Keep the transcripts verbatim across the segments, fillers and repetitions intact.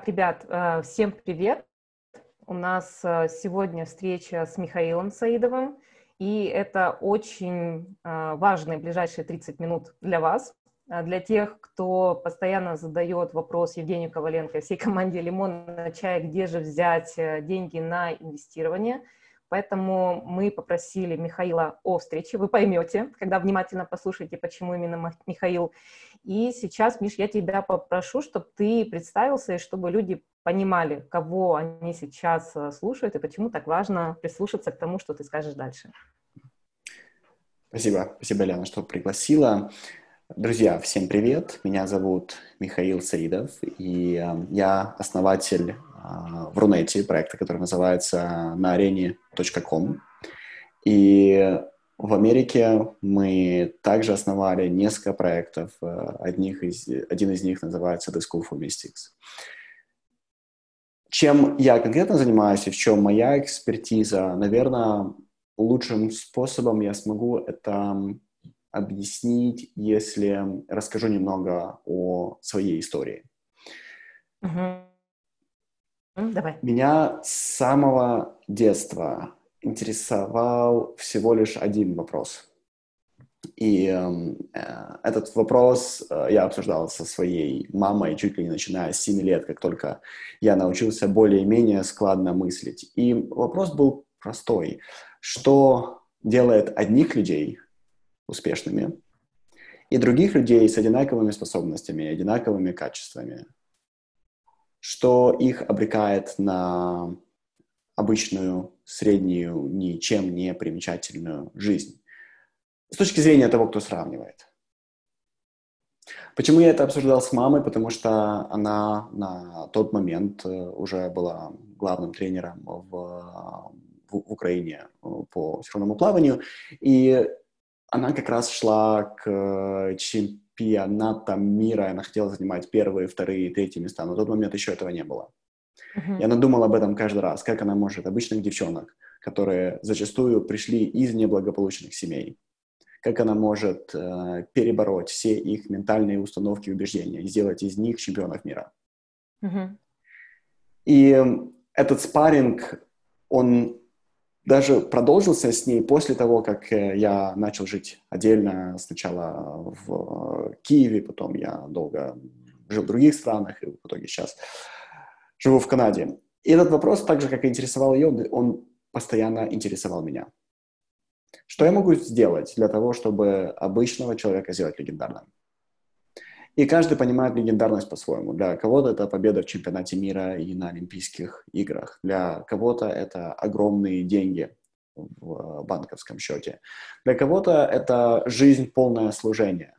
ребят, э, всем привет! У нас э, сегодня встреча с Михаилом Саидовым, и это очень э, важные ближайшие тридцать минут для вас, э, для тех, кто постоянно задает вопрос Евгению Коваленко и всей команде «Лимон на чай», где же взять э, деньги на инвестирование. Поэтому мы попросили Михаила о встрече. Вы поймете, когда внимательно послушаете, почему именно Михаил. И сейчас, Миш, я тебя попрошу, чтобы ты представился, и чтобы люди понимали, кого они сейчас слушают, и почему так важно прислушаться к тому, что ты скажешь дальше. Спасибо. Спасибо, Лена, что пригласила. Друзья, всем привет. Меня зовут Михаил Саидов, и э, я основатель э, в Рунете проекта, который называется на арене точка ком. И в Америке мы также основали несколько проектов. Одних из, один из них называется The School for Mystics. Чем я конкретно занимаюсь и в чем моя экспертиза, наверное, лучшим способом я смогу это объяснить, если расскажу немного о своей истории. Угу. Давай. Меня с самого детства интересовал всего лишь один вопрос. И э, этот вопрос э, я обсуждал со своей мамой чуть ли не начиная с семи лет, как только я научился более-менее складно мыслить. И вопрос был простой. Что делает одних людей успешными и других людей с одинаковыми способностями, одинаковыми качествами? Что их обрекает на обычную, среднюю, ничем не примечательную жизнь? С точки зрения того, кто сравнивает. Почему я это обсуждал с мамой? Потому что она на тот момент уже была главным тренером в, в, в Украине по силовому плаванию. И она как раз шла к чемпионатам мира. Она хотела занимать первые, вторые, третьи места. Но на тот момент еще этого не было. Uh-huh. И она думала об этом каждый раз. Как она может обычных девчонок, которые зачастую пришли из неблагополучных семей, как она может э, перебороть все их ментальные установки и убеждения и сделать из них чемпионов мира. Uh-huh. И этот спарринг, он даже продолжился с ней после того, как я начал жить отдельно. Сначала в Киеве, потом я долго жил в других странах, и в итоге сейчас живу в Канаде. И этот вопрос, так же, как и интересовал ее, он постоянно интересовал меня. Что я могу сделать для того, чтобы обычного человека сделать легендарным? И каждый понимает легендарность по-своему. Для кого-то это победа в чемпионате мира и на Олимпийских играх. Для кого-то это огромные деньги в банковском счете. Для кого-то это жизнь полное служение.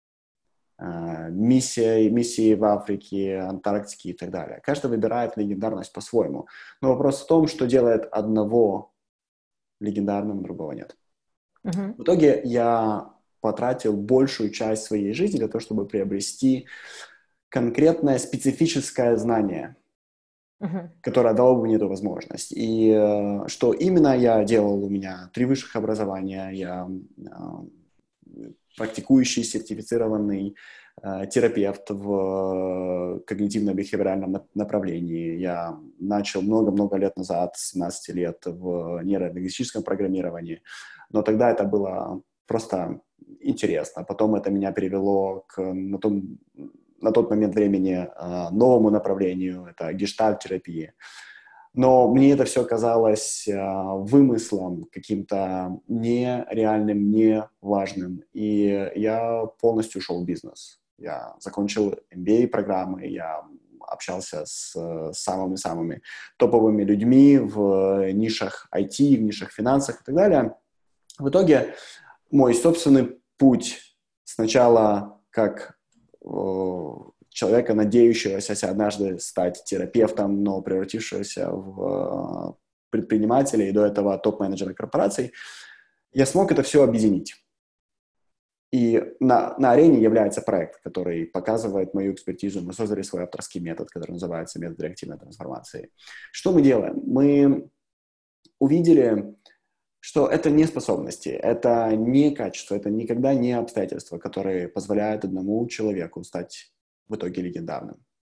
Миссия, миссии в Африке, Антарктике и так далее. Каждый выбирает легендарность по-своему. Но вопрос в том, что делает одного легендарным, другого нет. Uh-huh. В итоге я потратил большую часть своей жизни для того, чтобы приобрести конкретное специфическое знание, Uh-huh. которое дало бы мне эту возможность. И э, что именно я делал? У меня три высших образования, я э, практикующий, сертифицированный э, терапевт в э, когнитивно-бихевиоральном направлении. Я начал много-много лет назад, с семнадцати лет, в нейролингвистическом программировании. Но тогда это было просто интересно. Потом это меня перевело к, на, том, на тот момент времени э, новому направлению, это гештальт-терапия. Но мне это все казалось э, вымыслом, каким-то нереальным, неважным. И я полностью ушел в бизнес. Я закончил эм би эй-программы, я общался с самыми-самыми топовыми людьми в нишах ай ти, в нишах финансах и так далее. В итоге мой собственный путь сначала как э, человека, надеющегося однажды стать терапевтом, но превратившегося в э, предпринимателя и до этого топ-менеджера корпораций, я смог это все объединить. И на, на арене является проект, который показывает мою экспертизу. Мы создали свой авторский метод, который называется метод реактивной трансформации. Что мы делаем? Мы увидели, что это не способности, это не качество, это никогда не обстоятельства, которые позволяют одному человеку стать в итоге легендарным.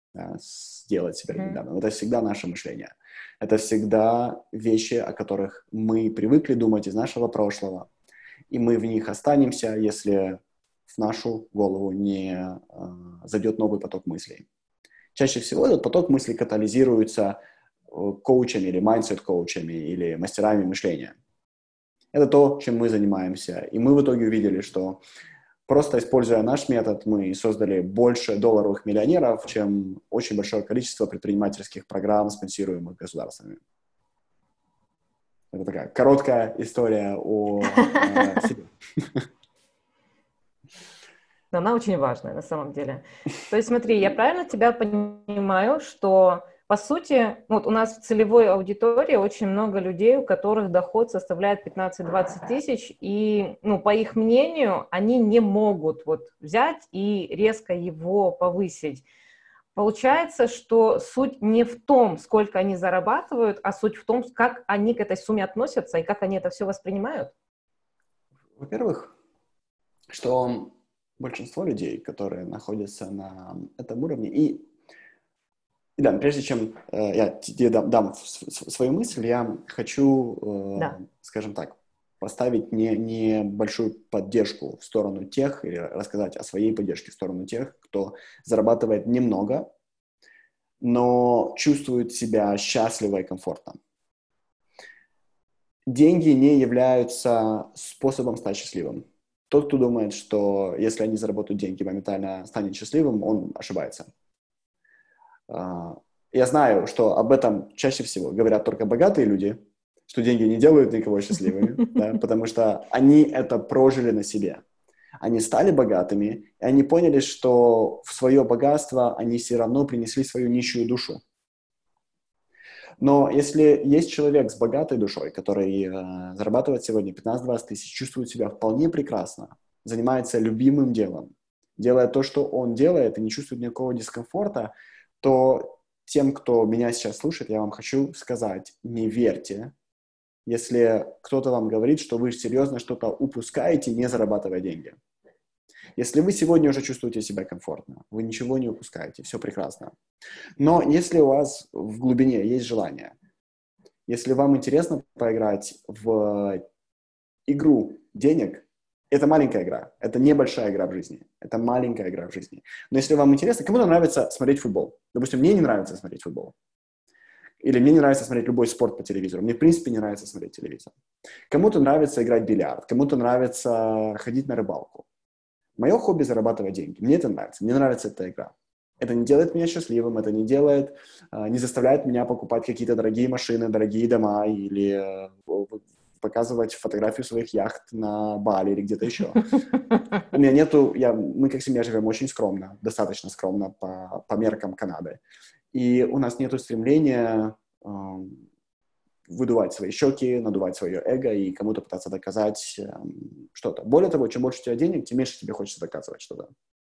да, сделать себя Mm-hmm. легендарным. Это всегда наше мышление. Это всегда вещи, о которых мы привыкли думать из нашего прошлого, и мы в них останемся, если в нашу голову не э, зайдет новый поток мыслей. Чаще всего этот поток мыслей катализируется э, коучами или майндсет-коучами или мастерами мышления. Это то, чем мы занимаемся. И мы в итоге увидели, что просто используя наш метод, мы создали больше долларовых миллионеров, чем очень большое количество предпринимательских программ, спонсируемых государствами. Это такая короткая история о э, себе. Но она очень важная на самом деле. То есть смотри, я правильно тебя понимаю, что по сути, вот у нас в целевой аудитории очень много людей, у которых доход составляет пятнадцать-двадцать тысяч, и, ну, по их мнению, они не могут вот взять и резко его повысить. Получается, что суть не в том, сколько они зарабатывают, а суть в том, как они к этой сумме относятся и как они это все воспринимают. Во-первых, что большинство людей, которые находятся на этом уровне, и да, прежде чем э, я тебе дам, дам свою мысль, я хочу, э, Да. скажем так, поставить не, небольшую поддержку в сторону тех, или рассказать о своей поддержке в сторону тех, кто зарабатывает немного, но чувствует себя счастливо и комфортно. Деньги не являются способом стать счастливым. Тот, кто думает, что если они заработают деньги, моментально станет счастливым, он ошибается. Я знаю, что об этом чаще всего говорят только богатые люди, что деньги не делают никого счастливыми, да, потому что они это прожили на себе. Они стали богатыми, и они поняли, что в свое богатство они все равно принесли свою нищую душу. Но если есть человек с богатой душой, который э, зарабатывает сегодня пятнадцать-двадцать тысяч, чувствует себя вполне прекрасно, занимается любимым делом, делает то, что он делает, и не чувствует никакого дискомфорта, то тем, кто меня сейчас слушает, я вам хочу сказать, не верьте, если кто-то вам говорит, что вы серьезно что-то упускаете, не зарабатывая деньги. Если вы сегодня уже чувствуете себя комфортно, вы ничего не упускаете, все прекрасно. Но если у вас в глубине есть желание, если вам интересно поиграть в игру денег, это маленькая игра, это небольшая игра в жизни, это маленькая игра в жизни. Но если вам интересно, кому-то нравится смотреть футбол. Допустим, мне не нравится смотреть футбол. Или мне не нравится смотреть любой спорт по телевизору. Мне, в принципе, не нравится смотреть телевизор. Кому-то нравится играть в бильярд, кому-то нравится ходить на рыбалку. Мое хобби — зарабатывать деньги. Мне это нравится, мне нравится эта игра. Это не делает меня счастливым, это не делает, не заставляет меня покупать какие-то дорогие машины, дорогие дома или показывать фотографию своих яхт на Бали или где-то еще. У меня нету, я, мы как семья живем очень скромно, достаточно скромно по, по меркам Канады. И у нас нету стремления э, выдувать свои щеки, надувать свое эго и кому-то пытаться доказать э, что-то. Более того, чем больше у тебя денег, тем меньше тебе хочется доказывать что-то.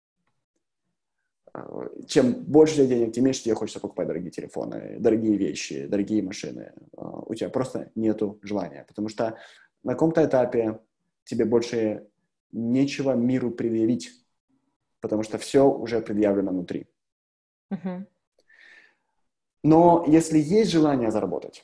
Чем больше у тебя денег, тем меньше тебе хочется покупать дорогие телефоны, дорогие вещи, дорогие машины. У тебя просто нету желания, потому что на каком-то этапе тебе больше нечего миру предъявить, потому что все уже предъявлено внутри. Uh-huh. Но если есть желание заработать,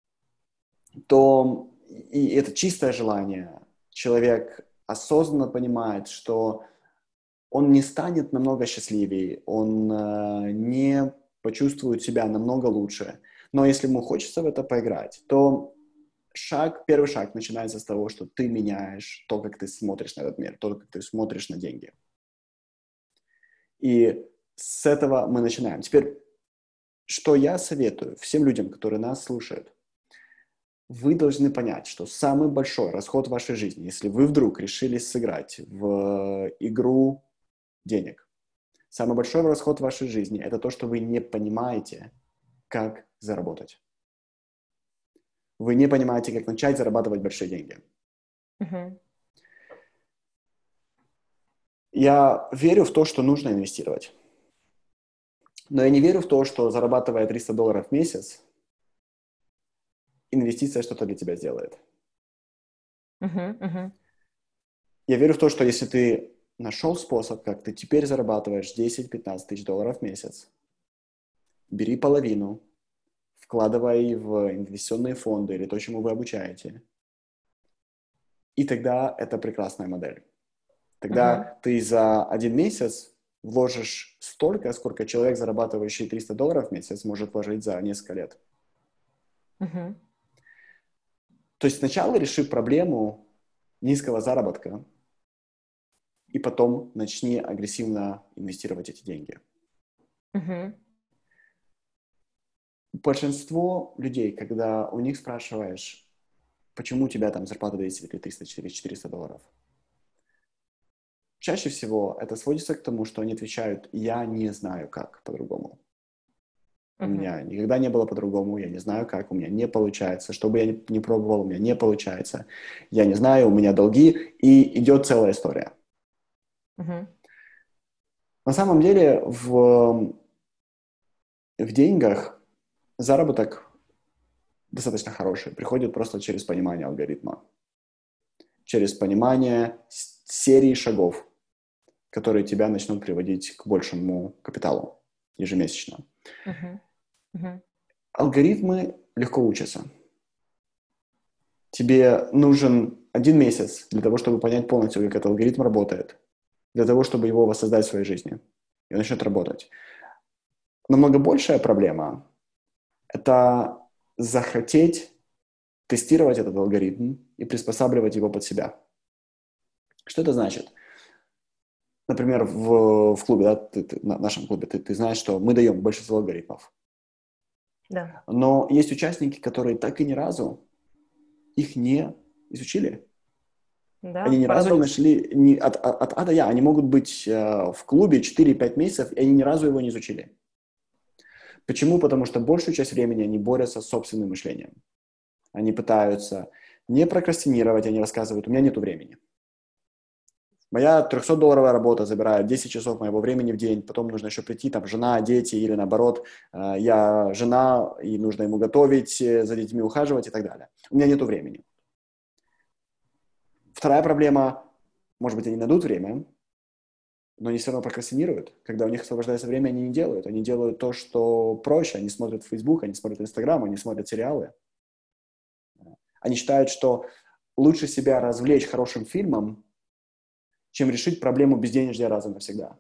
то, и это чистое желание, человек осознанно понимает, что он не станет намного счастливее, он э, не почувствует себя намного лучше. Но если ему хочется в это поиграть, то шаг, первый шаг начинается с того, что ты меняешь то, как ты смотришь на этот мир, то, как ты смотришь на деньги. И с этого мы начинаем. Теперь, что я советую всем людям, которые нас слушают, вы должны понять, что самый большой расход в вашей жизни, если вы вдруг решили сыграть в игру денег, самый большой расход в вашей жизни – это то, что вы не понимаете, как заработать. Вы не понимаете, как начать зарабатывать большие деньги. Uh-huh. Я верю в то, что нужно инвестировать. Но я не верю в то, что, зарабатывая триста долларов в месяц, инвестиция что-то для тебя сделает. Uh-huh. Uh-huh. Я верю в то, что если ты нашел способ, как ты теперь зарабатываешь десять-пятнадцать тысяч долларов в месяц, бери половину, вкладывай в инвестиционные фонды или то, чему вы обучаете. И тогда это прекрасная модель. Тогда Мгм. ты за один месяц вложишь столько, сколько человек, зарабатывающий триста долларов в месяц, может вложить за несколько лет. Мгм. То есть сначала реши проблему низкого заработка, и потом начни агрессивно инвестировать эти деньги. Мгм. Большинство людей, когда у них спрашиваешь, почему у тебя там зарплата двести или триста, четыреста долларов, чаще всего это сводится к тому, что они отвечают, я не знаю, как по-другому. У Мгм. меня никогда не было по-другому, я не знаю, как, у меня не получается. Что бы я ни, ни пробовал, у меня не получается. Я не знаю, у меня долги, и идет целая история. Мгм. На самом деле в, в деньгах заработок достаточно хороший, приходит просто через понимание алгоритма, через понимание с- серии шагов, которые тебя начнут приводить к большему капиталу ежемесячно. Мгм. Мгм. Алгоритмы легко учатся. Тебе нужен один месяц для того, чтобы понять полностью, как этот алгоритм работает, для того, чтобы его воссоздать в своей жизни, и он начнет работать. Намного большая проблема– это захотеть тестировать этот алгоритм и приспосабливать его под себя. Что это значит? Например, в, в клубе, да, ты, ты, на нашем клубе, ты, ты знаешь, что мы даем большинство алгоритмов. Да. Но есть участники, которые так и ни разу их не изучили. Да, Они ни разу не парадокс. нашли ни, от, от, от А до Я. Они могут быть э, в клубе четыре-пять месяцев, и они ни разу его не изучили. Почему? Потому что большую часть времени они борются с собственным мышлением. Они пытаются не прокрастинировать, они рассказывают, у меня нет времени. Моя трехсотдолларовая работа забирает десять часов моего времени в день, потом нужно еще прийти, там, жена, дети, или наоборот, э, я жена, и нужно ему готовить, э, за детьми ухаживать и так далее. У меня нет времени. Вторая проблема, может быть, они найдут время, но они все равно прокрастинируют. Когда у них освобождается время, они не делают. Они делают то, что проще. Они смотрят Facebook, они смотрят Instagram, они смотрят сериалы. Они считают, что лучше себя развлечь хорошим фильмом, чем решить проблему безденежья раз и навсегда.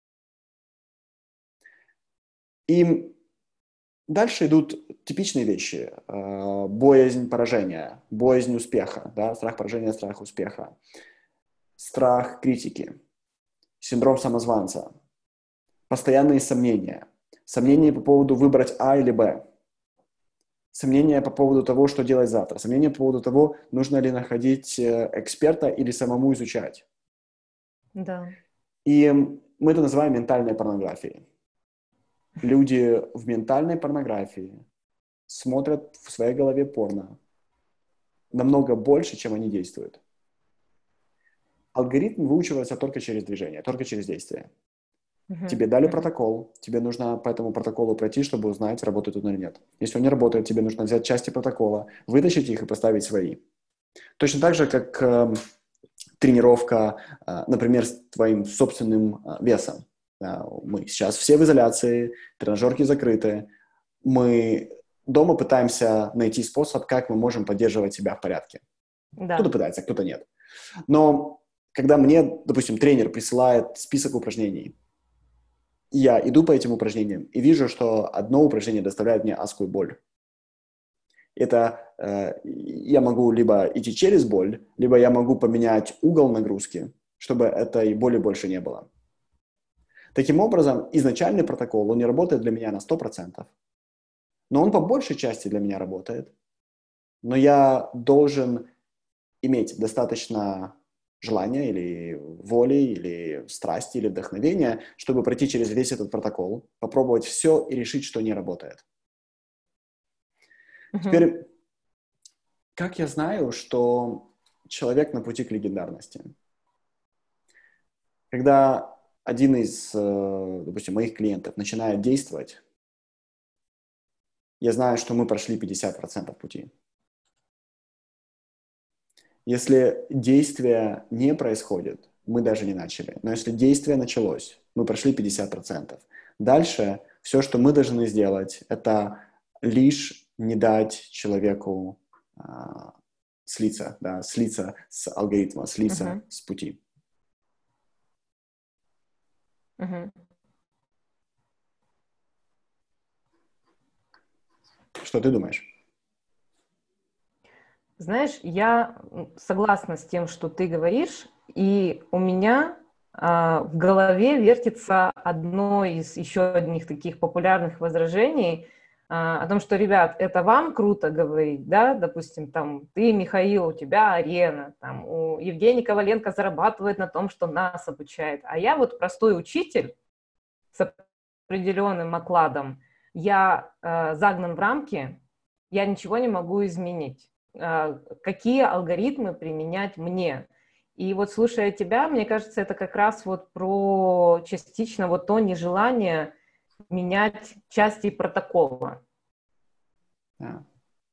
И дальше идут типичные вещи. Э, Боязнь поражения, боязнь успеха, да? Страх поражения, страх успеха, страх критики, синдром самозванца, постоянные сомнения, сомнения по поводу выбрать А или Б, сомнения по поводу того, что делать завтра, сомнения по поводу того, нужно ли находить э, эксперта или самому изучать. Да. И мы это называем ментальной порнографией. Люди в ментальной порнографии смотрят в своей голове порно намного больше, чем они действуют. Алгоритм выучивается только через движение, только через действие. Мгм. Тебе дали Мгм. протокол, тебе нужно по этому протоколу пройти, чтобы узнать, работает он или нет. Если он не работает, тебе нужно взять части протокола, вытащить их и поставить свои. Точно так же, как э, тренировка, э, например, с твоим собственным э, весом. Да, мы сейчас все в изоляции, тренажерки закрыты, мы дома пытаемся найти способ, как мы можем поддерживать себя в порядке. Кто-то Да. пытается, кто-то нет. Но когда мне, допустим, тренер присылает список упражнений, я иду по этим упражнениям и вижу, что одно упражнение доставляет мне адскую боль. Это э, я могу либо идти через боль, либо я могу поменять угол нагрузки, чтобы этой боли больше не было. Таким образом, изначальный протокол, он не работает для меня на сто процентов, но он по большей части для меня работает. Но я должен иметь достаточно желания или воли, или страсти, или вдохновения, чтобы пройти через весь этот протокол, попробовать все и решить, что не работает. Мгм. Теперь, как я знаю, что человек на пути к легендарности? Когда один из, э, допустим, моих клиентов начинает действовать, я знаю, что мы прошли пятьдесят процентов пути. Если действие не происходит, мы даже не начали. Но если действие началось, мы прошли пятьдесят процентов. Дальше Все, что мы должны сделать, это лишь не дать человеку а, слиться, да, слиться с алгоритма, слиться Мгм. с пути. Мгм. Что ты думаешь? Знаешь, я м, согласна с тем, что ты говоришь, и у меня а, в голове вертится одно из еще одних таких популярных возражений а, о том, что, ребят, это вам круто говорить, да, допустим, там, ты, Михаил, у тебя арена, там, у Евгений Коваленко зарабатывает на том, что нас обучает, а я вот простой учитель с определенным окладом, я э, загнан в рамки, я ничего не могу изменить. Э, какие алгоритмы применять мне? И вот слушая тебя, мне кажется, это как раз вот про частично вот то нежелание менять части протокола. Да.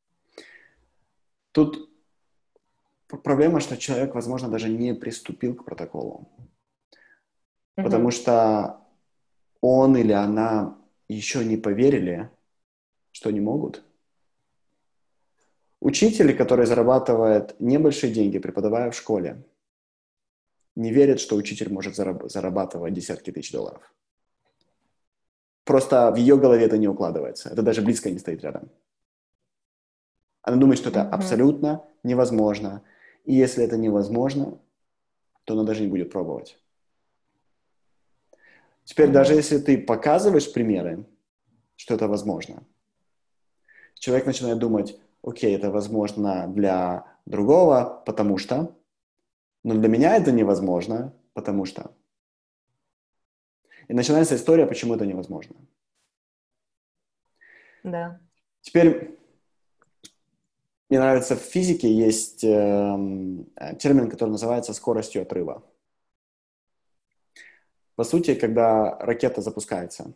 Тут проблема, что человек, возможно, даже не приступил к протоколу, потому Мгм. что он или она еще не поверили, что не могут. Учитель, который зарабатывает небольшие деньги, преподавая в школе, не верит, что учитель может зараб- зарабатывать десятки тысяч долларов. Просто в ее голове это не укладывается. Это даже близко не стоит рядом. Она думает, что это Мгм. абсолютно невозможно. И если это невозможно, то она даже не будет пробовать. Теперь даже Мгм. если ты показываешь примеры, что это возможно, человек начинает думать, окей, это возможно для другого, потому что, но для меня это невозможно, потому что. И начинается история, почему это невозможно. Да. Теперь мне нравится, в физике есть эм, э, термин, который называется скоростью отрыва. По сути, когда ракета запускается,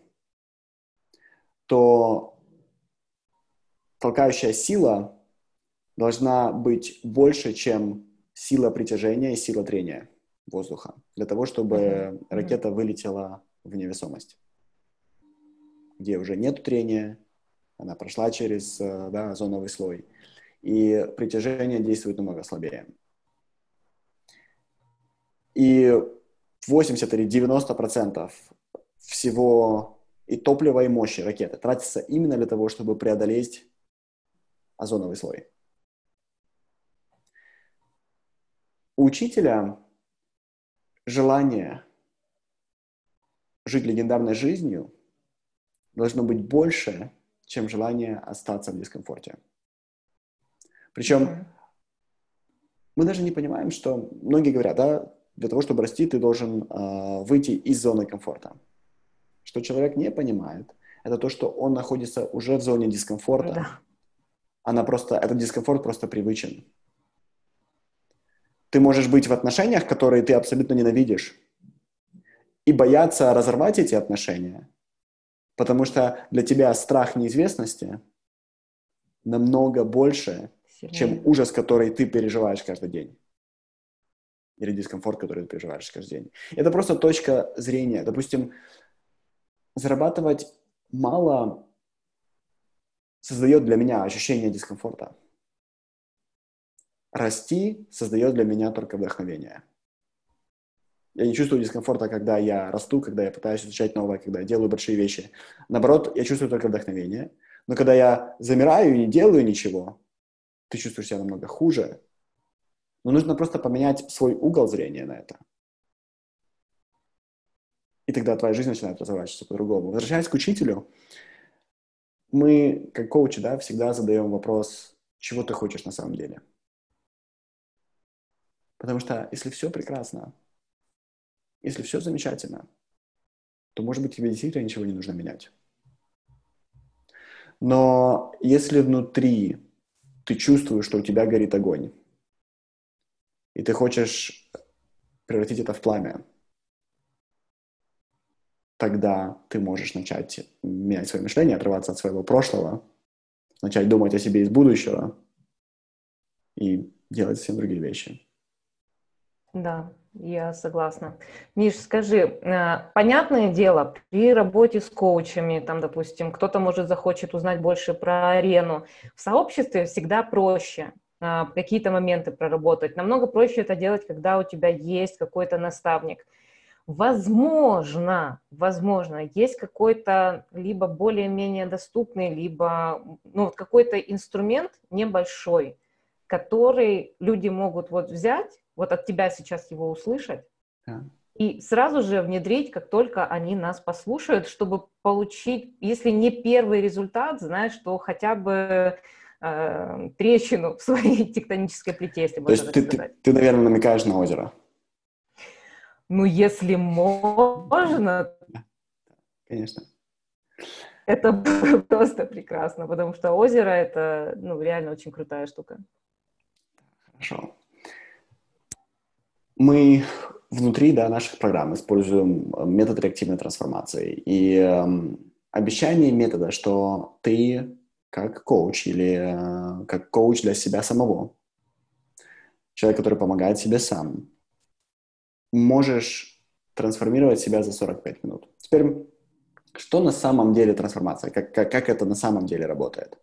то толкающая сила должна быть больше, чем сила притяжения и сила трения воздуха, для того, Мгм. чтобы Мгм. ракета вылетела в невесомость, где уже нет трения, она прошла через э, да, озоновый слой, и притяжение действует намного слабее. И восемьдесят или девяносто процентов всего и топлива, и мощи ракеты тратится именно для того, чтобы преодолеть озоновый слой. У учителя желание жить легендарной жизнью должно быть больше, чем желание остаться в дискомфорте. Причем Мгм. мы даже не понимаем, что многие говорят, да, для того, чтобы расти, ты должен э, выйти из зоны комфорта. Что человек не понимает, это то, что он находится уже в зоне дискомфорта. Да. Она просто, этот дискомфорт просто привычен. Ты можешь быть в отношениях, которые ты абсолютно ненавидишь, и бояться разорвать эти отношения, потому что для тебя страх неизвестности намного больше, чем Сильнее. ужас, который ты переживаешь каждый день. Или дискомфорт, который ты переживаешь каждый день. Это просто точка зрения. Допустим, зарабатывать мало создает для меня ощущение дискомфорта. Расти создает для меня только вдохновение. Я не чувствую дискомфорта, когда я расту, когда я пытаюсь изучать новое, когда я делаю большие вещи. Наоборот, я чувствую только вдохновение. Но когда я замираю и не делаю ничего, ты чувствуешь себя намного хуже. Но нужно просто поменять свой угол зрения на это. И тогда твоя жизнь начинает разворачиваться по-другому. Возвращаясь к учителю, мы, как коучи, да, всегда задаем вопрос, чего ты хочешь на самом деле. Потому что если все прекрасно, если все замечательно, то, может быть, тебе действительно ничего не нужно менять. Но если внутри ты чувствуешь, что у тебя горит огонь, и ты хочешь превратить это в пламя, тогда ты можешь начать менять свое мышление, отрываться от своего прошлого, начать думать о себе из будущего и делать совсем другие вещи. Да, я согласна. Миш, скажи, э, понятное дело, при работе с коучами, там, допустим, кто-то, может, захочет узнать больше про арену. В сообществе всегда проще а, какие-то моменты проработать. Намного проще это делать, когда у тебя есть какой-то наставник. Возможно, возможно, есть какой-то либо более-менее доступный, либо ну, вот какой-то инструмент небольшой, который люди могут вот взять, вот от тебя сейчас его услышать, Да. и сразу же внедрить, как только они нас послушают, чтобы получить, если не первый результат, знаешь, то хотя бы э, трещину в своей тектонической плите, если То можно есть так ты, ты, сказать. ты, наверное, намекаешь на озеро. Ну, если можно, Да, конечно. это просто прекрасно, потому что озеро — это, ну, реально очень крутая штука. Хорошо. Мы внутри, да, наших программ используем метод реактивной трансформации. И эм, обещание метода, что ты как коуч или э, как коуч для себя самого, человек, который помогает себе сам, можешь трансформировать себя за сорок пять минут. Теперь, что на самом деле трансформация? Как, как, как это на самом деле работает?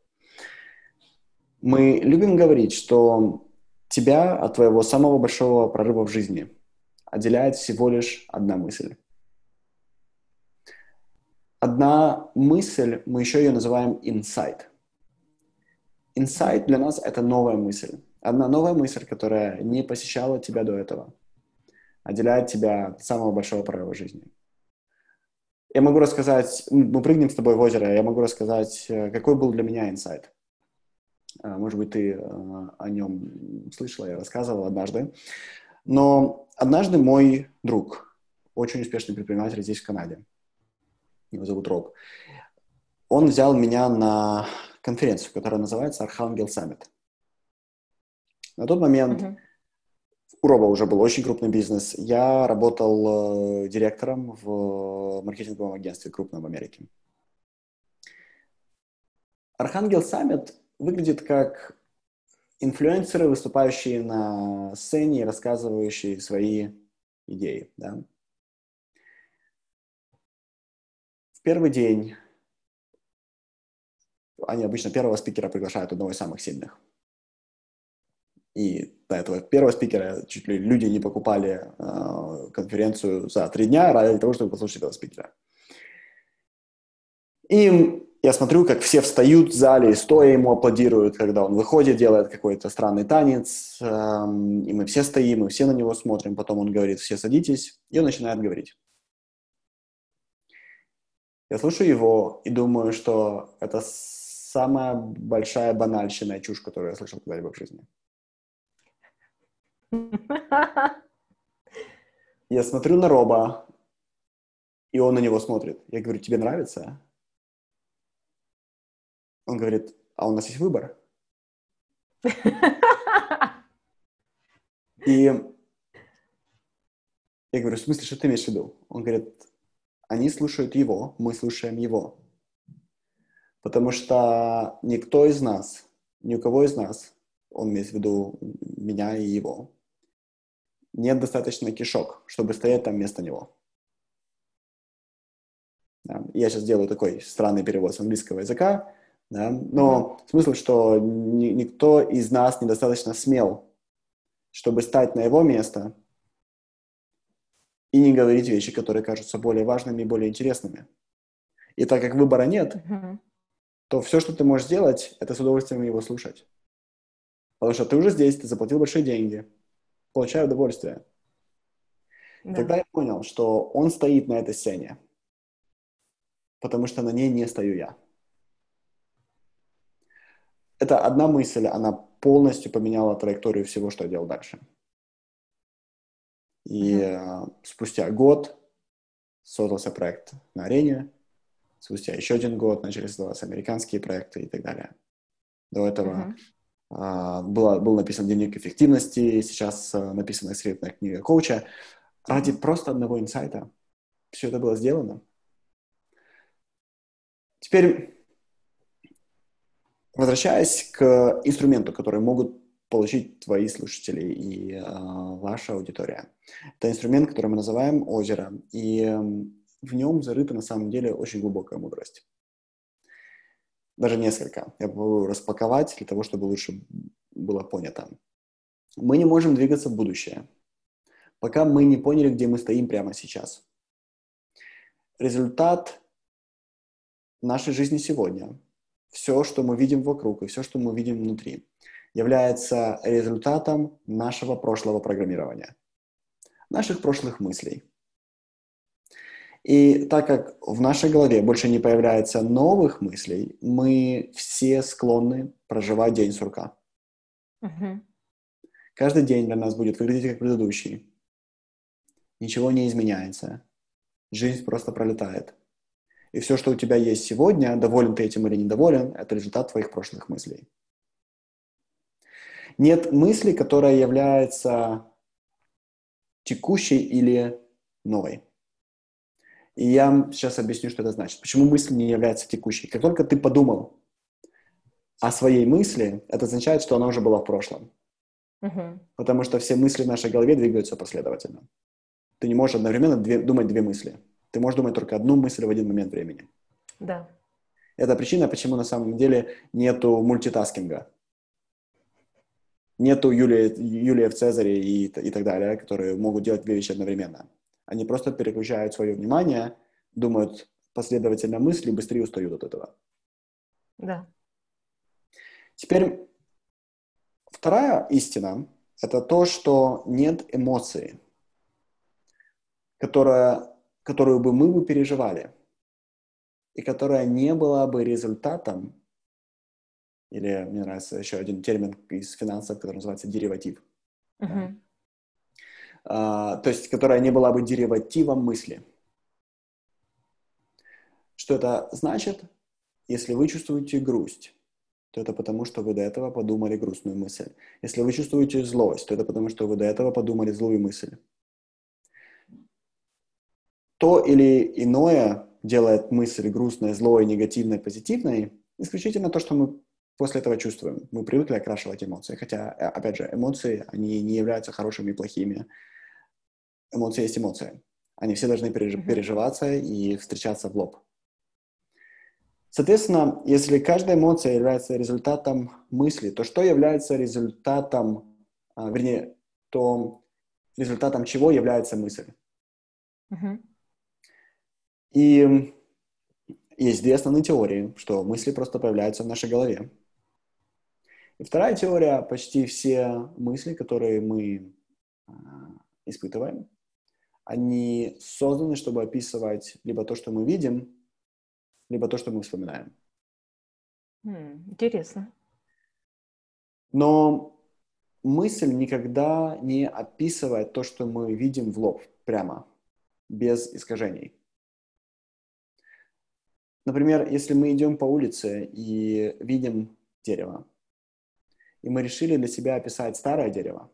Мы любим говорить, что тебя от твоего самого большого прорыва в жизни отделяет всего лишь одна мысль. Одна мысль, мы еще ее называем инсайт. Инсайт для нас — это новая мысль. Одна новая мысль, которая не посещала тебя до этого, отделяет тебя от самого большого прорыва в жизни. Я могу рассказать, мы прыгнем с тобой в озеро, я могу рассказать, какой был для меня инсайт. Может быть, ты о нем слышала, я рассказывал однажды. Но однажды мой друг, очень успешный предприниматель здесь, в Канаде, его зовут Роб, он взял меня на конференцию, которая называется Archangel Summit. На тот момент Мгм. у Роба уже был очень крупный бизнес. Я работал э, директором в маркетинговом агентстве крупном в Америке. Archangel Summit выглядит как инфлюенсеры, выступающие на сцене и рассказывающие свои идеи. Да? В первый день они обычно первого спикера приглашают одного из самых сильных. И до этого первого спикера чуть ли люди не покупали э, конференцию за три дня ради того, чтобы послушать этого спикера. И я смотрю, как все встают в зале и стоя ему аплодируют, когда он выходит, делает какой-то странный танец, э, и мы все стоим, мы все на него смотрим, потом он говорит: все садитесь, и он начинает говорить. Я слушаю его и думаю, что это самая большая банальщина и чушь, которую я слышал когда-либо в жизни. Я смотрю на Роба, и он на него смотрит. Я говорю: тебе нравится? Он говорит: а у нас есть выбор. И я говорю: в смысле, что ты имеешь в виду? Он говорит: они слушают его, мы слушаем его. Потому что никто из нас, ни у кого из нас, он имеет в виду меня и его, нет достаточно кишок, чтобы стоять там вместо него. Да. Я сейчас делаю такой странный перевод с английского языка, да, но mm-hmm. смысл, что ни, никто из нас недостаточно смел, чтобы стать на его место и не говорить вещи, которые кажутся более важными и более интересными. И так как выбора нет, mm-hmm. то все, что ты можешь сделать, это с удовольствием его слушать. Потому что ты уже здесь, ты заплатил большие деньги, получаю удовольствие. Да. Тогда я понял, что он стоит на этой сцене, потому что на ней не стою я. Это одна мысль, она полностью поменяла траекторию всего, что я делал дальше. И uh-huh. э, спустя год создался проект на арене, спустя еще один год начали создаваться американские проекты и так далее. До этого uh-huh. э, было, был написан дневник эффективности, сейчас э, написана секретная книга коуча. Ради uh-huh. просто одного инсайта все это было сделано. Теперь, возвращаясь к инструменту, который могут получить твои слушатели и э, ваша аудитория. Это инструмент, который мы называем озеро, и э, в нем зарыта на самом деле очень глубокая мудрость. Даже несколько. Я попробую распаковать для того, чтобы лучше было понято. Мы не можем двигаться в будущее, пока мы не поняли, где мы стоим прямо сейчас. Результат нашей жизни сегодня, все, что мы видим вокруг и все, что мы видим внутри, является результатом нашего прошлого программирования, наших прошлых мыслей. И так как в нашей голове больше не появляется новых мыслей, мы все склонны проживать день сурка. Угу. Каждый день для нас будет выглядеть как предыдущий. Ничего не изменяется. Жизнь просто пролетает. И все, что у тебя есть сегодня, доволен ты этим или недоволен, это результат твоих прошлых мыслей. Нет мысли, которая является текущей или новой. И я вам сейчас объясню, что это значит. Почему мысль не является текущей. Как только ты подумал о своей мысли, это означает, что она уже была в прошлом. Угу. Потому что все мысли в нашей голове двигаются последовательно. Ты не можешь одновременно две, думать две мысли. Ты можешь думать только одну мысль в один момент времени. Да. Это причина, почему на самом деле нету мультитаскинга. Нету Юлии, Юлии в Цезаре и, и так далее, которые могут делать две вещи одновременно. Они просто переключают свое внимание, думают последовательно мысли и быстрее устают от этого. Да. Теперь вторая истина – это то, что нет эмоции, которая, которую бы мы бы переживали, и которая не была бы результатом, или мне нравится еще один термин из финансов, который называется дериватив. Угу. Да? А, то есть, которая не была бы деривативом мысли. Что это значит? Если вы чувствуете грусть, то это потому, что вы до этого подумали грустную мысль. Если вы чувствуете злость, то это потому, что вы до этого подумали злую мысль. То или иное делает мысль грустной, злой, негативной, позитивной исключительно то, что мы после этого чувствуем. Мы привыкли окрашивать эмоции. Хотя, опять же, эмоции, они не являются хорошими и плохими. Эмоции есть эмоции. Они все должны переж- Угу. переживаться и встречаться в лоб. Соответственно, если каждая эмоция является результатом мысли, то что является результатом, а, вернее, то результатом чего является мысль? Угу. И есть две основные теории, что мысли просто появляются в нашей голове. И вторая теория, почти все мысли, которые мы а, испытываем, они созданы, чтобы описывать либо то, что мы видим, либо то, что мы вспоминаем. М, Интересно. Но мысль никогда не описывает то, что мы видим в лоб, прямо, без искажений. Например, если мы идем по улице и видим дерево, и мы решили для себя описать старое дерево,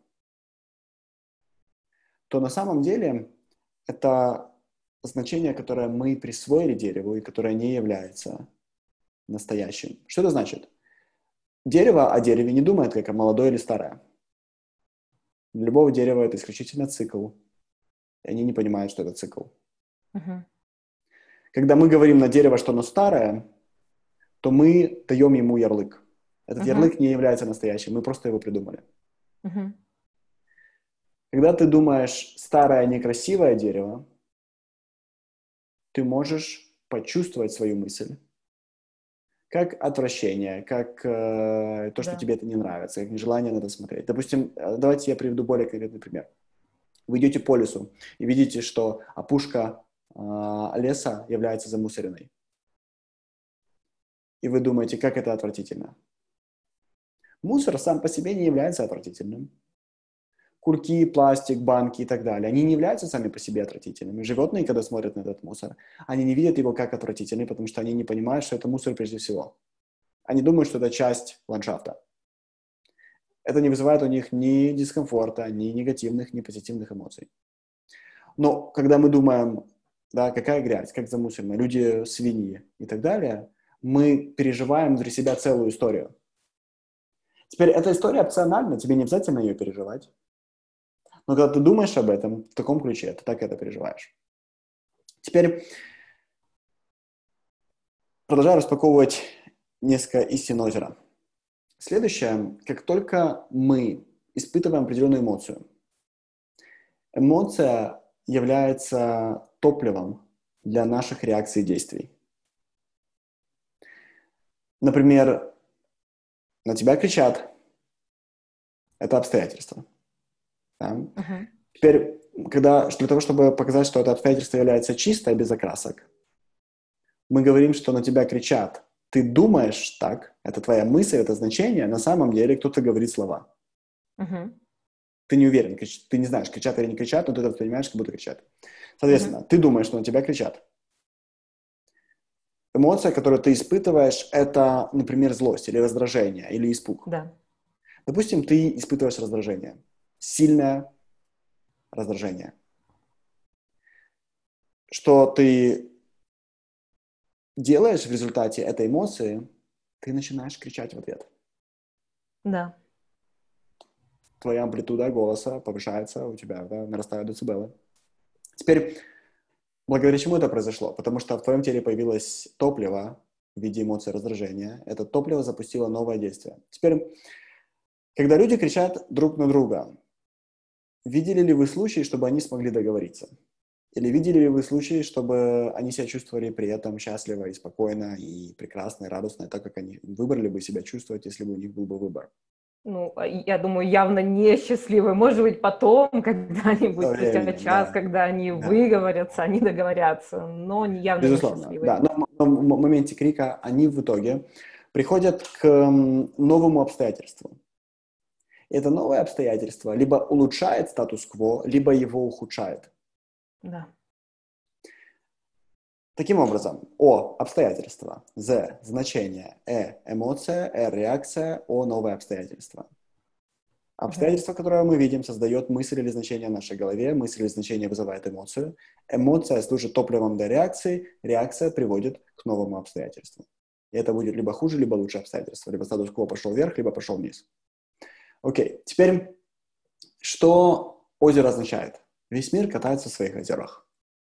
то на самом деле это значение, которое мы присвоили дереву и которое не является настоящим. Что это значит? Дерево о дереве не думает, как о молодое или старое. Для любого дерева это исключительно цикл. И они не понимают, что это цикл. Угу. Когда мы говорим на дерево, что оно старое, то мы даем ему ярлык. Этот Угу. ярлык не является настоящим, мы просто его придумали. Угу. Когда ты думаешь «старое некрасивое дерево», ты можешь почувствовать свою мысль как отвращение, как э, то, что Да. тебе это не нравится, как нежелание на это смотреть. Допустим, э, давайте я приведу более конкретный пример. Вы идете по лесу и видите, что опушка э, леса является замусоренной. И вы думаете, как это отвратительно. Мусор сам по себе не является отвратительным. Курки, пластик, банки и так далее, они не являются сами по себе отвратительными. Животные, когда смотрят на этот мусор, они не видят его как отвратительный, потому что они не понимают, что это мусор прежде всего. Они думают, что это часть ландшафта. Это не вызывает у них ни дискомфорта, ни негативных, ни позитивных эмоций. Но когда мы думаем, да, какая грязь, как замусорено, люди свиньи и так далее, мы переживаем внутри себя целую историю. Теперь эта история опциональна, тебе не обязательно ее переживать. Но когда ты думаешь об этом в таком ключе, ты так это переживаешь. Теперь продолжаю распаковывать несколько истин озера. Следующее, как только мы испытываем определенную эмоцию, эмоция является топливом для наших реакций и действий. Например, на тебя кричат. Это обстоятельства. Да? Uh-huh. Теперь, когда, для того, чтобы показать, что это обстоятельство является чистое, без окрасок, мы говорим, что на тебя кричат. Ты думаешь так, это твоя мысль, это значение, на самом деле кто-то говорит слова. Uh-huh. Ты не уверен, ты не знаешь, кричат или не кричат, но ты это воспринимаешь, как будто кричат. Соответственно, uh-huh. ты думаешь, что на тебя кричат. Эмоция, которую ты испытываешь, это, например, злость или раздражение, или испуг. Да. Допустим, ты испытываешь раздражение. Сильное раздражение. Что ты делаешь в результате этой эмоции, ты начинаешь кричать в ответ. Да. Твоя амплитуда голоса повышается, у тебя да, нарастают децибелы. Теперь, благодаря чему это произошло? Потому что в твоем теле появилось топливо в виде эмоций раздражения. Это топливо запустило новое действие. Теперь, когда люди кричат друг на друга, видели ли вы случаи, чтобы они смогли договориться? Или видели ли вы случаи, чтобы они себя чувствовали при этом счастливо и спокойно, и прекрасно, и радостно, так как они выбрали бы себя чувствовать, если бы у них был бы выбор? Ну, я думаю, явно несчастливы. Может быть, потом, когда-нибудь, Со спустя временем, час, да. когда они Да. выговорятся, они договорятся, но явно Безусловно, несчастливы. да. Но, но в моменте крика они в итоге приходят к новому обстоятельству. И это новое обстоятельство либо улучшает статус-кво, либо его ухудшает. Да. Таким образом, О – обстоятельства, З – значение, Э – эмоция, Р – реакция, О – новое обстоятельство. Обстоятельство, которое мы видим, создает мысль или значение в нашей голове, мысль или значение вызывает эмоцию, эмоция служит топливом для реакции, реакция приводит к новому обстоятельству. И это будет либо хуже, либо лучше обстоятельство, либо статус-кво пошел вверх, либо пошел вниз. Окей, теперь, что озеро означает? Весь мир катается в своих озерах.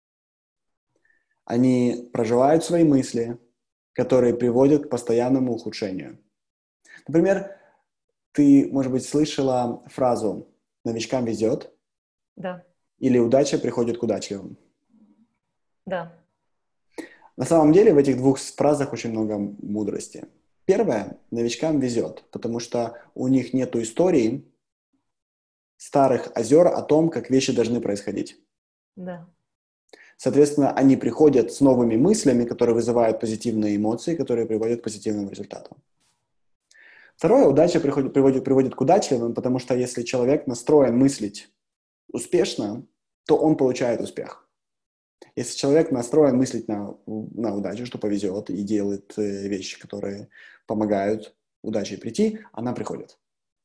Они проживают свои мысли, которые приводят к постоянному ухудшению. Например, ты, может быть, слышала фразу «новичкам везет», Да. или «удача приходит к удачливым». Да. На самом деле в этих двух фразах очень много мудрости. Первое, новичкам везет, потому что у них нет истории старых озер о том, как вещи должны происходить. Да. Соответственно, они приходят с новыми мыслями, которые вызывают позитивные эмоции, которые приводят к позитивному результату. Второе, удача приходит, приводит, приводит к удачливым, потому что если человек настроен мыслить успешно, то он получает успех. Если человек настроен мыслить на, на удачу, что повезет, и делает э, вещи, которые помогают удаче прийти, она приходит.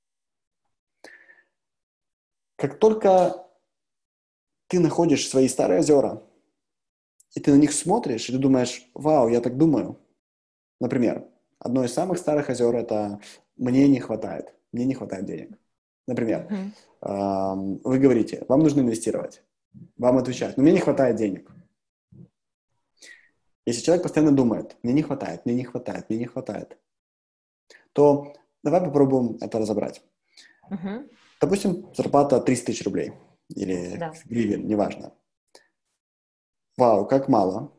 Как только ты находишь свои старые озера, и ты на них смотришь, и ты думаешь, вау, я так думаю. Например, одно из самых старых озер – это «мне не хватает», «мне не хватает денег». Например, mm-hmm. э, вы говорите, вам нужно инвестировать. Вам отвечают, но мне не хватает денег. Если человек постоянно думает, мне не хватает, мне не хватает, мне не хватает, то давай попробуем это разобрать. Uh-huh. Допустим, зарплата триста тысяч рублей или да. гривен, неважно. Вау, как мало.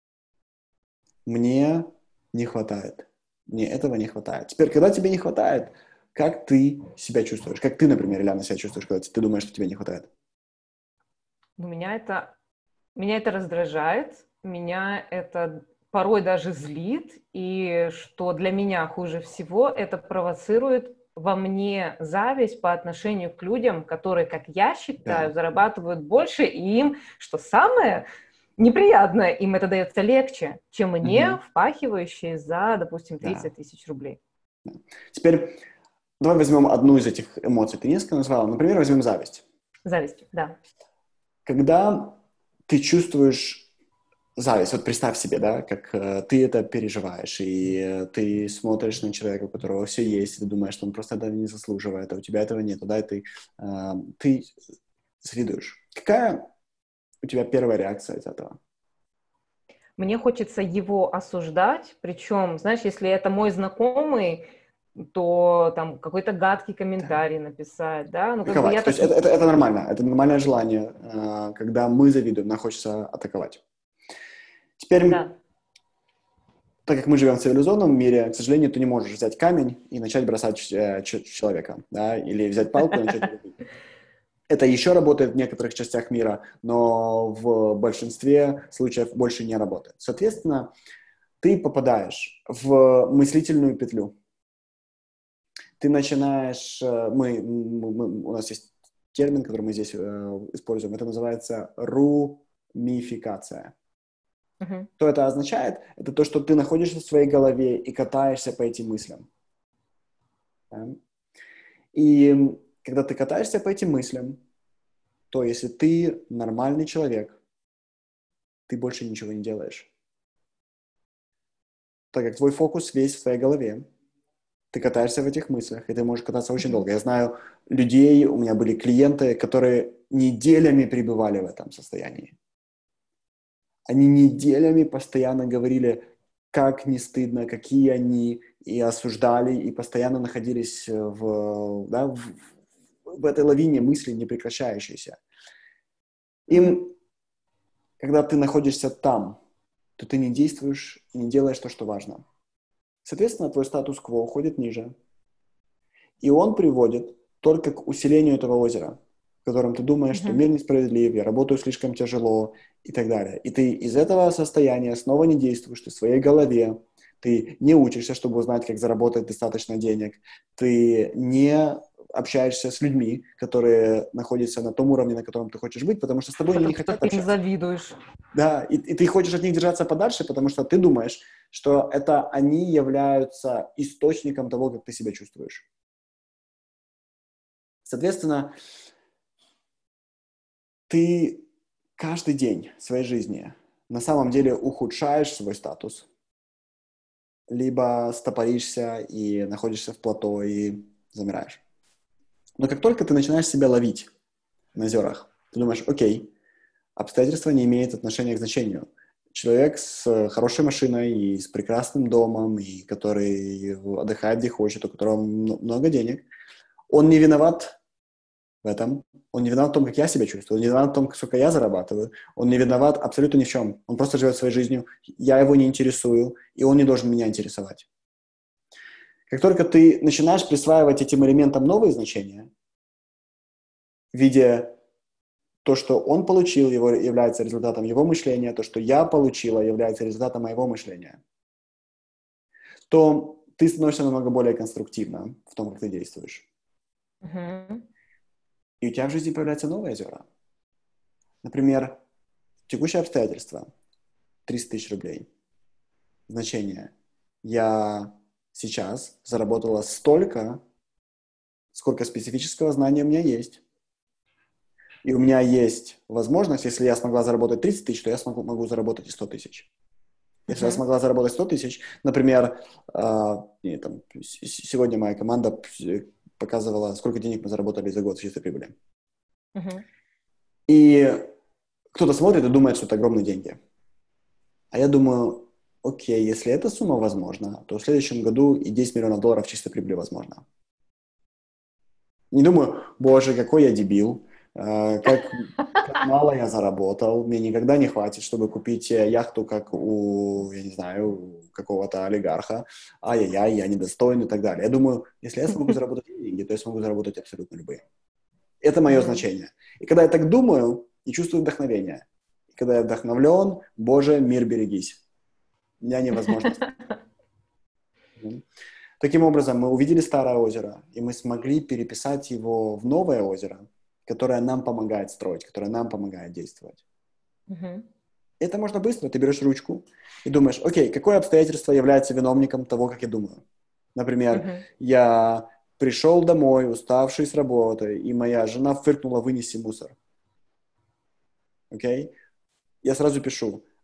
Мне не хватает. Мне этого не хватает. Теперь, когда тебе не хватает, как ты себя чувствуешь? Как ты, например, Ильяна, себя чувствуешь, когда ты думаешь, что тебе не хватает? Ну, меня это, меня это раздражает, меня это порой даже злит, и что для меня хуже всего, это провоцирует во мне зависть по отношению к людям, которые, как я считаю, да. зарабатывают больше, и им, что самое неприятное, им это дается легче, чем мне, угу. впахивающие за, допустим, тридцать да. тысяч рублей. Да. Теперь давай возьмем одну из этих эмоций. Ты несколько назвала. Например, возьмем зависть. Зависть, да. Когда ты чувствуешь зависть. Вот представь себе, да, как э, ты это переживаешь, и э, ты смотришь на человека, у которого все есть, и ты думаешь, что он просто этого не заслуживает, а у тебя этого нет, да, и ты, э, ты завидуешь. Какая у тебя первая реакция из этого? Мне хочется его осуждать, причем, знаешь, если это мой знакомый, то там какой-то гадкий Да. комментарий написать, да, ну как бы я Атаковать. То есть так это, не... это, это нормально, это нормальное желание, э, когда мы завидуем, нам хочется атаковать. Теперь, Да. так как мы живем в цивилизованном мире, к сожалению, ты не можешь взять камень и начать бросать э, ч- человека, да, или взять палку и начать его бить. Это еще работает в некоторых частях мира, но в большинстве случаев больше не работает. Соответственно, ты попадаешь в мыслительную петлю. Ты начинаешь... э, Мы, мы- мы- у нас есть термин, который мы здесь э, используем. Это называется румификация. Мгм. Что это означает? Это то, что ты находишься в своей голове и катаешься по этим мыслям. Да? И когда ты катаешься по этим мыслям, то если ты нормальный человек, ты больше ничего не делаешь. Так как твой фокус весь в твоей голове, ты катаешься в этих мыслях, и ты можешь кататься очень Мгм. долго. Я знаю людей, у меня были клиенты, которые неделями пребывали в этом состоянии. Они неделями постоянно говорили, как не стыдно, какие они, и осуждали, и постоянно находились в, да, в, в этой лавине мыслей непрекращающейся. Мгм. Им, когда ты находишься там, то ты не действуешь и не делаешь то, что важно. Соответственно, твой статус-кво уходит ниже. И он приводит только к усилению этого озера, в котором ты думаешь, что Мгм. мир несправедлив, я работаю слишком тяжело и так далее. И ты из этого состояния снова не действуешь, ты в своей голове, ты не учишься, чтобы узнать, как заработать достаточно денег, ты не общаешься с людьми, которые находятся на том уровне, на котором ты хочешь быть, потому что с тобой они не Потому что хотят ты им общаться. завидуешь. Да, и, и ты хочешь от них держаться подальше, потому что ты думаешь, что это они являются источником того, как ты себя чувствуешь. Соответственно, ты каждый день своей жизни на самом деле ухудшаешь свой статус, либо стопоришься и находишься в плато и замираешь. Но как только ты начинаешь себя ловить на озерах, ты думаешь, окей, обстоятельства не имеют отношения к значению. Человек с хорошей машиной и с прекрасным домом, и который отдыхает где хочет, у которого много денег, он не виноват в этом. Он не виноват в том, как я себя чувствую. Он не виноват в том, сколько я зарабатываю. Он не виноват абсолютно ни в чем. Он просто живет своей жизнью. Я его не интересую, и он не должен меня интересовать. Как только ты начинаешь присваивать этим элементам новые значения, в виде то, что он получил, его, является результатом его мышления, то, что я получила, является результатом моего мышления, то ты становишься намного более конструктивным в том, как ты действуешь. Мгм. И у тебя в жизни появляются новые озера. Например, текущее обстоятельство. триста тысяч рублей. Значение. Я сейчас заработала столько, сколько специфического знания у меня есть. И у меня есть возможность, если я смогла заработать тридцать тысяч, то я смогу, могу заработать и сто тысяч. Если я Мгм. смогла заработать сто тысяч, например, э, не, там, с- сегодня моя команда показывала, сколько денег мы заработали за год в чистой прибыли. Мгм. И кто-то смотрит и думает, что это огромные деньги. А я думаю, окей, если эта сумма возможна, то в следующем году и десять миллионов долларов чистой прибыли возможно. Не думаю, боже, какой я дебил, э, как, как мало я заработал, мне никогда не хватит, чтобы купить э, яхту, как у, я не знаю, у какого-то олигарха, ай-яй-яй, я недостоин и так далее. Я думаю, если я смогу заработать эти деньги, то я смогу заработать абсолютно любые. Это мое Мгм. значение. И когда я так думаю, и чувствую вдохновение, и когда я вдохновлен, боже, мир берегись. Меня невозможно остановить. Таким образом, мы увидели старое озеро, и мы смогли переписать его в новое озеро, которое нам помогает строить, которое нам помогает действовать. Мгм. Это можно быстро. Ты берешь ручку и думаешь, окей, какое обстоятельство является виновником того, как я думаю? Например, Мгм. я пришел домой, уставший с работы, и моя жена фыркнула: вынеси мусор. Окей? Я сразу пишу,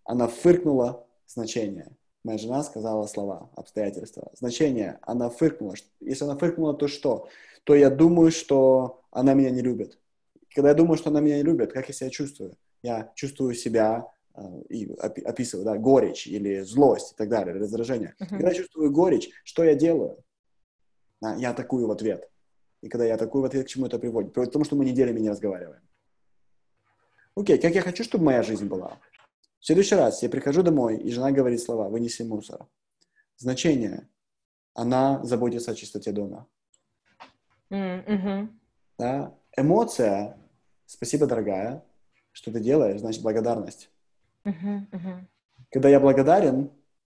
Она фыркнула. Значение. Моя жена сказала слова, обстоятельства. Значение. Она фыркнула. Если она фыркнула, то что? То я думаю, что она меня не любит. Когда я думаю, что она меня не любит, как я себя чувствую? Я чувствую себя э, и опи- описываю, да, горечь или злость и так далее, раздражение. Uh-huh. Когда я чувствую горечь, что я делаю? А, я атакую в ответ. И когда я атакую в ответ, к чему это приводит? Приводит к тому, что мы неделями не разговариваем. Окей, как я хочу, чтобы моя жизнь была? В следующий раз я прихожу домой, и жена говорит слова: «Вынеси мусор». Значение. Она заботится о чистоте дома. Mm-hmm. Да? Эмоция. Спасибо, дорогая, что ты делаешь, значит, благодарность. Uh-huh. Uh-huh. Когда я благодарен,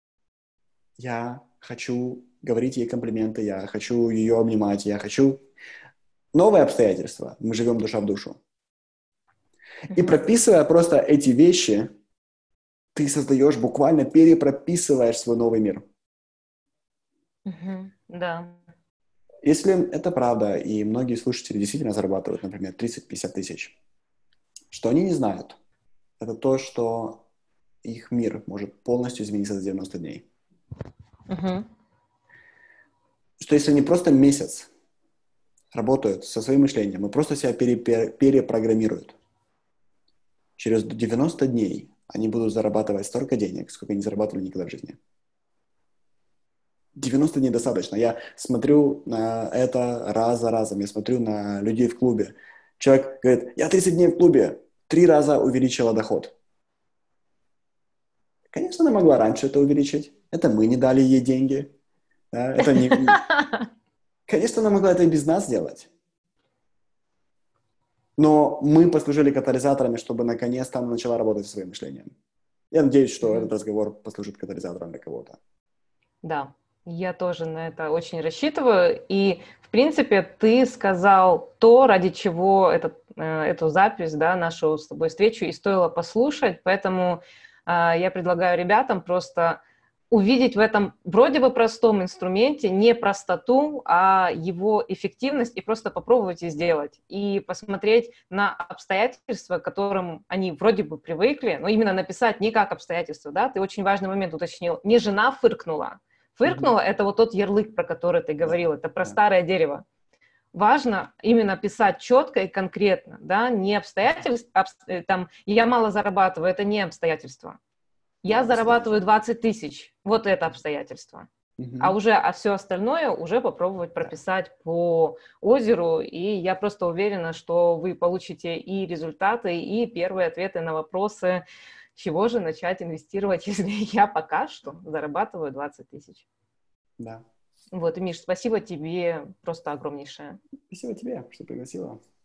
я хочу говорить ей комплименты, я хочу ее обнимать, я хочу... Новые обстоятельства. Мы живем душа в душу. Uh-huh. И прописывая просто эти вещи, ты создаешь, буквально перепрописываешь свой новый мир. Uh-huh. Да. Если это правда, и многие слушатели действительно зарабатывают, например, тридцать-пятьдесят тысяч, что они не знают, это то, что их мир может полностью измениться за девяносто дней. Uh-huh. Что если они просто месяц работают со своим мышлением и просто себя пере- пере- перепрограммируют, через девяносто дней они будут зарабатывать столько денег, сколько не зарабатывали никогда в жизни. девяносто дней достаточно. Я смотрю на это раз за разом. Я смотрю на людей в клубе. Человек говорит: я тридцать дней в клубе, три раза увеличила доход. Конечно, она могла раньше это увеличить. Это мы не дали ей деньги. Да? Это не... Конечно, она могла это и без нас сделать. Но мы послужили катализаторами, чтобы наконец-то она начала работать со своим мышлением. Я надеюсь, что mm-hmm. этот разговор послужит катализатором для кого-то. Да, я тоже на это очень рассчитываю. И, в принципе, ты сказал то, ради чего этот, эту запись, да, нашу с тобой встречу и стоило послушать. Поэтому э, я предлагаю ребятам просто увидеть в этом вроде бы простом инструменте не простоту, а его эффективность, и просто попробовать и сделать. И посмотреть на обстоятельства, к которым они вроде бы привыкли, но именно написать не как обстоятельства, да, ты очень важный момент уточнил. Не жена фыркнула. Фыркнула mm-hmm. — это вот тот ярлык, про который ты говорил, yeah. это про yeah. старое дерево. Важно именно писать четко и конкретно, да, не обстоятельства, обс... там, я мало зарабатываю, это не обстоятельства. Я зарабатываю двадцать тысяч, вот это обстоятельство. Mm-hmm. А уже, а все остальное уже попробовать прописать yeah. по озеру, и я просто уверена, что вы получите и результаты, и первые ответы на вопросы, с чего же начать инвестировать, если я пока что зарабатываю двадцать тысяч. Да. Вот, и, Миш, спасибо тебе просто огромнейшее. Спасибо тебе, что пригласила.